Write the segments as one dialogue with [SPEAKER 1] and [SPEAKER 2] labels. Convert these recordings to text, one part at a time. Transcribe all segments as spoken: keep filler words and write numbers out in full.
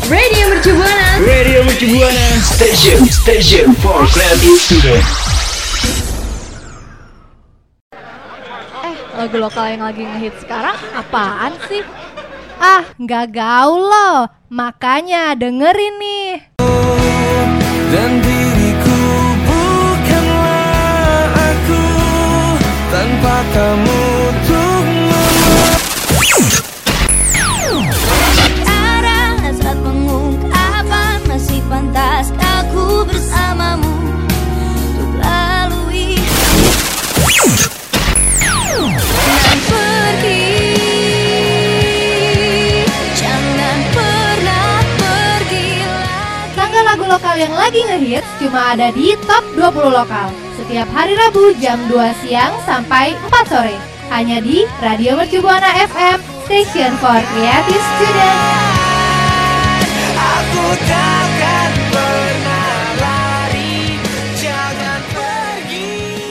[SPEAKER 1] Radio Mercu Buana.
[SPEAKER 2] Radio Mercu Buana. Station, station for creative student.
[SPEAKER 3] Eh, lagu lokal yang lagi ngehit sekarang apaan sih? Ah, nggak gaul loh. Makanya dengerin nih.
[SPEAKER 4] Dan diriku bukanlah aku tanpa kamu untuk
[SPEAKER 5] Sekarang saat pengungkapan masih pantas aku bersamamu untuk lalui dan pergi. Jangan pernah pergi lagi.
[SPEAKER 3] Tanggal lagu lokal yang lagi ngehits cuma ada di Top dua puluh Lokal. Setiap hari Rabu jam dua siang sampai empat sore. Hanya di Radio Mercu Buana F M, Station for Creative Student.
[SPEAKER 4] Aku takkan pernah lari, jangan pergi.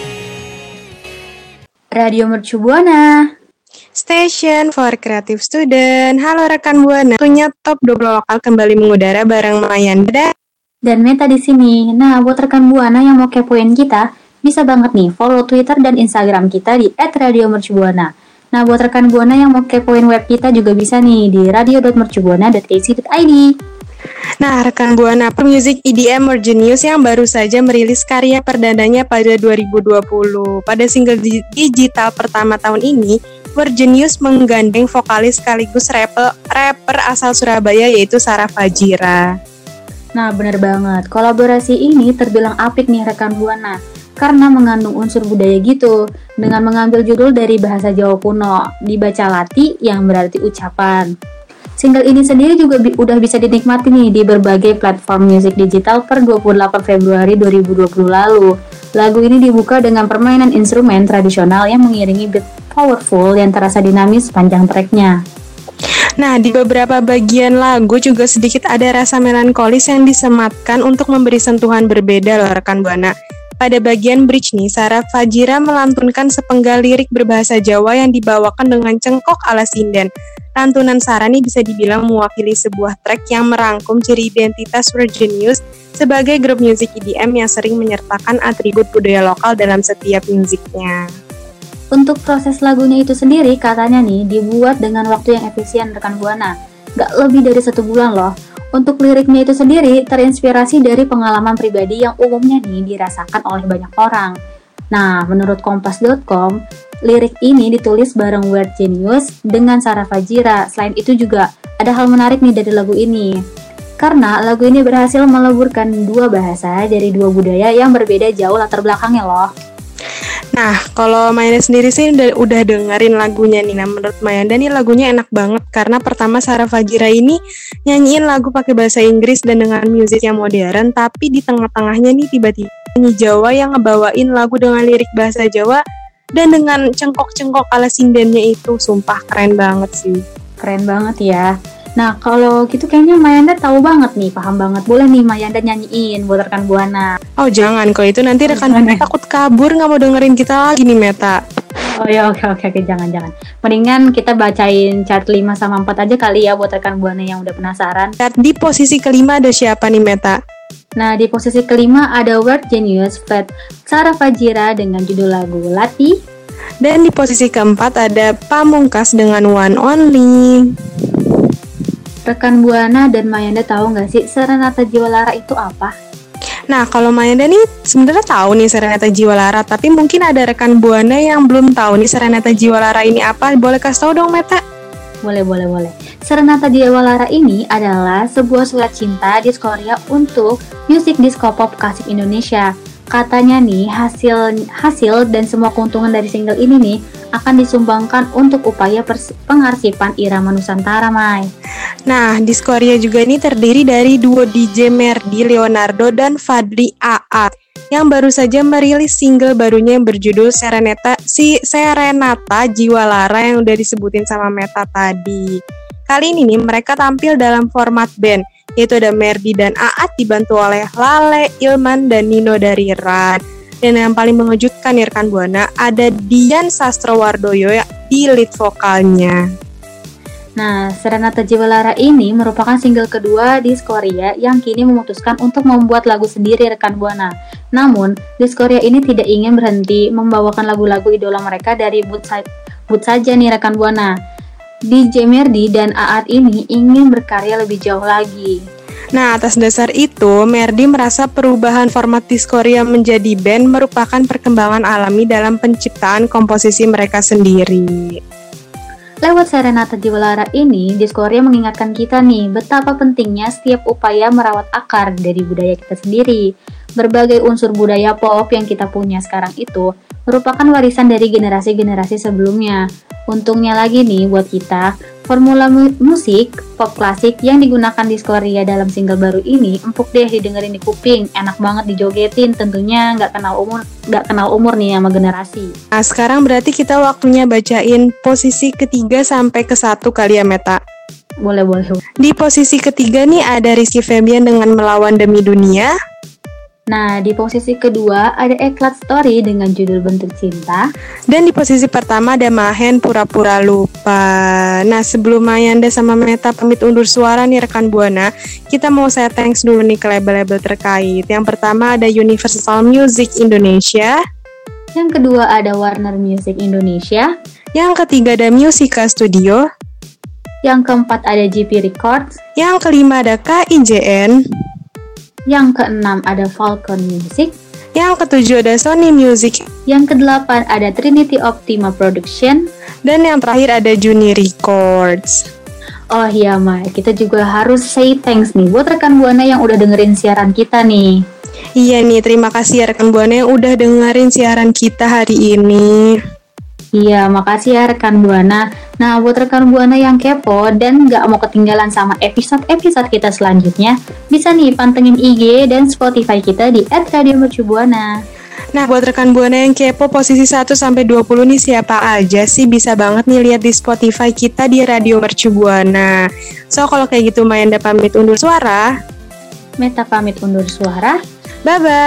[SPEAKER 6] Radio Mercu Buana,
[SPEAKER 7] Station for Creative Student. Halo rekan Buana, waktunya Top dua puluh Lokal kembali mengudara bareng Mayanda
[SPEAKER 6] dan Meta di sini. Nah, buat rekan Buana yang mau kepoin kita, bisa banget nih follow Twitter dan Instagram kita di et radio mercu buana. Nah, buat rekan Buana yang mau kepoin web kita juga bisa nih di radio dot mercubuana dot a c dot i d.
[SPEAKER 7] Nah, rekan Buana, pemuzik E D M Virginius yang baru saja merilis karya perdananya pada dua ribu dua puluh. Pada single digital pertama tahun ini, Virginius menggandeng vokalis sekaligus rapper, rapper asal Surabaya yaitu Sarah Fajira.
[SPEAKER 6] Nah, bener banget. Kolaborasi ini terbilang apik nih rekan Buana, karena mengandung unsur budaya gitu, dengan mengambil judul dari bahasa Jawa kuno, dibaca lati yang berarti ucapan. Single ini sendiri juga bi- udah bisa dinikmati nih di berbagai platform musik digital per dua puluh delapan Februari dua ribu dua puluh lalu. Lagu ini dibuka dengan permainan instrumen tradisional yang mengiringi beat powerful yang terasa dinamis sepanjang tracknya.
[SPEAKER 7] Nah, di beberapa bagian lagu juga sedikit ada rasa melankolis yang disematkan untuk memberi sentuhan berbeda loh rekan Buana. Pada bagian bridge nih, Sarah Fajira melantunkan sepenggal lirik berbahasa Jawa yang dibawakan dengan cengkok ala sinden. Lantunan Sarah nih bisa dibilang mewakili sebuah track yang merangkum ciri identitas Virginius sebagai grup musik E D M yang sering menyertakan atribut budaya lokal dalam setiap musiknya.
[SPEAKER 6] Untuk proses lagunya itu sendiri katanya nih dibuat dengan waktu yang efisien rekan Buana. Gak lebih dari satu bulan loh. Untuk liriknya itu sendiri terinspirasi dari pengalaman pribadi yang umumnya nih dirasakan oleh banyak orang. Nah, menurut kompas dot com, lirik ini ditulis bareng Virginius dengan Sarah Fajira. Selain itu juga ada hal menarik nih dari lagu ini. Karena lagu ini berhasil meleburkan dua bahasa dari dua budaya yang berbeda jauh latar belakangnya loh.
[SPEAKER 7] Nah, kalau Mayanda sendiri sih udah, udah dengerin lagunya nih. Nah, menurut Mayanda nih lagunya enak banget karena pertama Sarah Fajira ini nyanyiin lagu pakai bahasa Inggris dan dengan musik yang modern, tapi di tengah-tengahnya nih tiba-tiba nyanyi Jawa yang ngebawain lagu dengan lirik bahasa Jawa dan dengan cengkok-cengkok ala sindennya itu, sumpah keren banget sih.
[SPEAKER 6] Keren banget ya. Nah, kalau gitu kayaknya Mayanda tahu banget nih, paham banget. Boleh nih Mayanda nyanyiin buat rekan Buana.
[SPEAKER 7] Oh jangan, kalau itu nanti rekan
[SPEAKER 6] Oh,
[SPEAKER 7] Buana takut kabur, nggak mau dengerin kita lagi nih Meta.
[SPEAKER 6] Oh ya, oke oke oke, jangan-jangan. Mendingan kita bacain chart lima sama empat aja kali ya buat rekan Buana yang udah penasaran.
[SPEAKER 7] Di posisi kelima ada siapa nih Meta?
[SPEAKER 6] Nah, di posisi kelima ada Virginius feat Sarah Fajira dengan judul lagu Lati.
[SPEAKER 7] Dan di posisi keempat ada Pamungkas dengan One Only.
[SPEAKER 6] Rekan Buana dan Mayanda tahu nggak sih Serenata Jiwa Lara itu apa?
[SPEAKER 7] Nah, kalau Mayanda nih sebenarnya tahu nih Serenata Jiwa Lara, tapi mungkin ada rekan Buana yang belum tahu nih Serenata Jiwa Lara ini apa. Boleh kasih tahu dong Meta?
[SPEAKER 6] Boleh, boleh, boleh. Serenata Jiwa Lara ini adalah sebuah surat cinta disco Korea untuk musik disco pop klasik Indonesia. Katanya nih hasil hasil dan semua keuntungan dari single ini nih akan disumbangkan untuk upaya pers- pengarsipan irama Nusantara, Mai.
[SPEAKER 7] Nah, disco Korea juga ini terdiri dari duo D J Merdi Leonardo dan Fadli A A yang baru saja merilis single barunya yang berjudul Serenata si Serenata Jiwa Lara yang udah disebutin sama Meta tadi. Kali ini nih mereka tampil dalam format band, yaitu ada Merdi dan Aat dibantu oleh Lale, Ilman, dan Nino dari Ran. Dan yang paling mengejutkan nih rekan Buana, ada Dian Sastrowardoyo di lead vokalnya.
[SPEAKER 6] Nah, Serenata Jiwa Lara ini merupakan single kedua Diskoria yang kini memutuskan untuk membuat lagu sendiri rekan Buana. Namun, Diskoria ini tidak ingin berhenti membawakan lagu-lagu idola mereka dari Boot, sa- Boot saja nih rekan Buana. D J Merdi dan Aat ini ingin berkarya lebih jauh lagi.
[SPEAKER 7] Nah, atas dasar itu, Merdi merasa perubahan format Diskoria menjadi band merupakan perkembangan alami dalam penciptaan komposisi mereka sendiri.
[SPEAKER 6] Lewat Serenata Jiwa Lara ini, Diskoria mengingatkan kita nih betapa pentingnya setiap upaya merawat akar dari budaya kita sendiri. Berbagai unsur budaya pop yang kita punya sekarang itu merupakan warisan dari generasi-generasi sebelumnya. Untungnya lagi nih buat kita, formula mu- musik pop klasik yang digunakan Diskoria dalam single baru ini empuk deh didengerin di kuping, enak banget dijogetin, tentunya nggak kenal umur, nggak kenal umur nih sama generasi.
[SPEAKER 7] Nah, sekarang berarti kita waktunya bacain posisi ketiga sampai ke satu kali ya, Meta.
[SPEAKER 6] Boleh boleh.
[SPEAKER 7] Di posisi ketiga nih ada Rizky Febian dengan Melawan Demi Dunia.
[SPEAKER 6] Nah, di posisi kedua ada Eklat Story dengan judul Bentuk Cinta.
[SPEAKER 7] Dan di posisi pertama ada Mahen Pura-Pura Lupa. Nah, sebelum Mayanda sama Meta pamit undur suara nih rekan Buana, kita mau saya thanks dulu nih ke label-label terkait. Yang pertama ada Universal Music Indonesia.
[SPEAKER 6] Yang kedua ada Warner Music Indonesia.
[SPEAKER 7] Yang ketiga ada Musica Studio.
[SPEAKER 6] Yang keempat ada G P Records.
[SPEAKER 7] Yang kelima ada K I J N.
[SPEAKER 6] Yang keenam ada Falcon Music.
[SPEAKER 7] Yang ketujuh ada Sony Music.
[SPEAKER 6] Yang kedelapan ada Trinity Optima Production.
[SPEAKER 7] Dan yang terakhir ada Juni Records.
[SPEAKER 6] Oh iya Mai, kita juga harus say thanks nih buat rekan Buana yang udah dengerin siaran kita nih.
[SPEAKER 7] Iya nih, terima kasih ya rekan Buana yang udah dengerin siaran kita hari ini.
[SPEAKER 6] Iya, makasih ya rekan Buana. Nah, buat rekan Buana yang kepo dan nggak mau ketinggalan sama episode-episode kita selanjutnya, bisa nih pantengin I G dan Spotify kita di et radio mercu buana.
[SPEAKER 7] Nah, buat rekan Buana yang kepo posisi satu sampai dua puluh nih siapa aja sih, bisa banget nih lihat di Spotify kita di Radio Mercu Buana. So, kalau kayak gitu Mayanda pamit undur suara.
[SPEAKER 6] Meta pamit undur suara.
[SPEAKER 7] Bye-bye.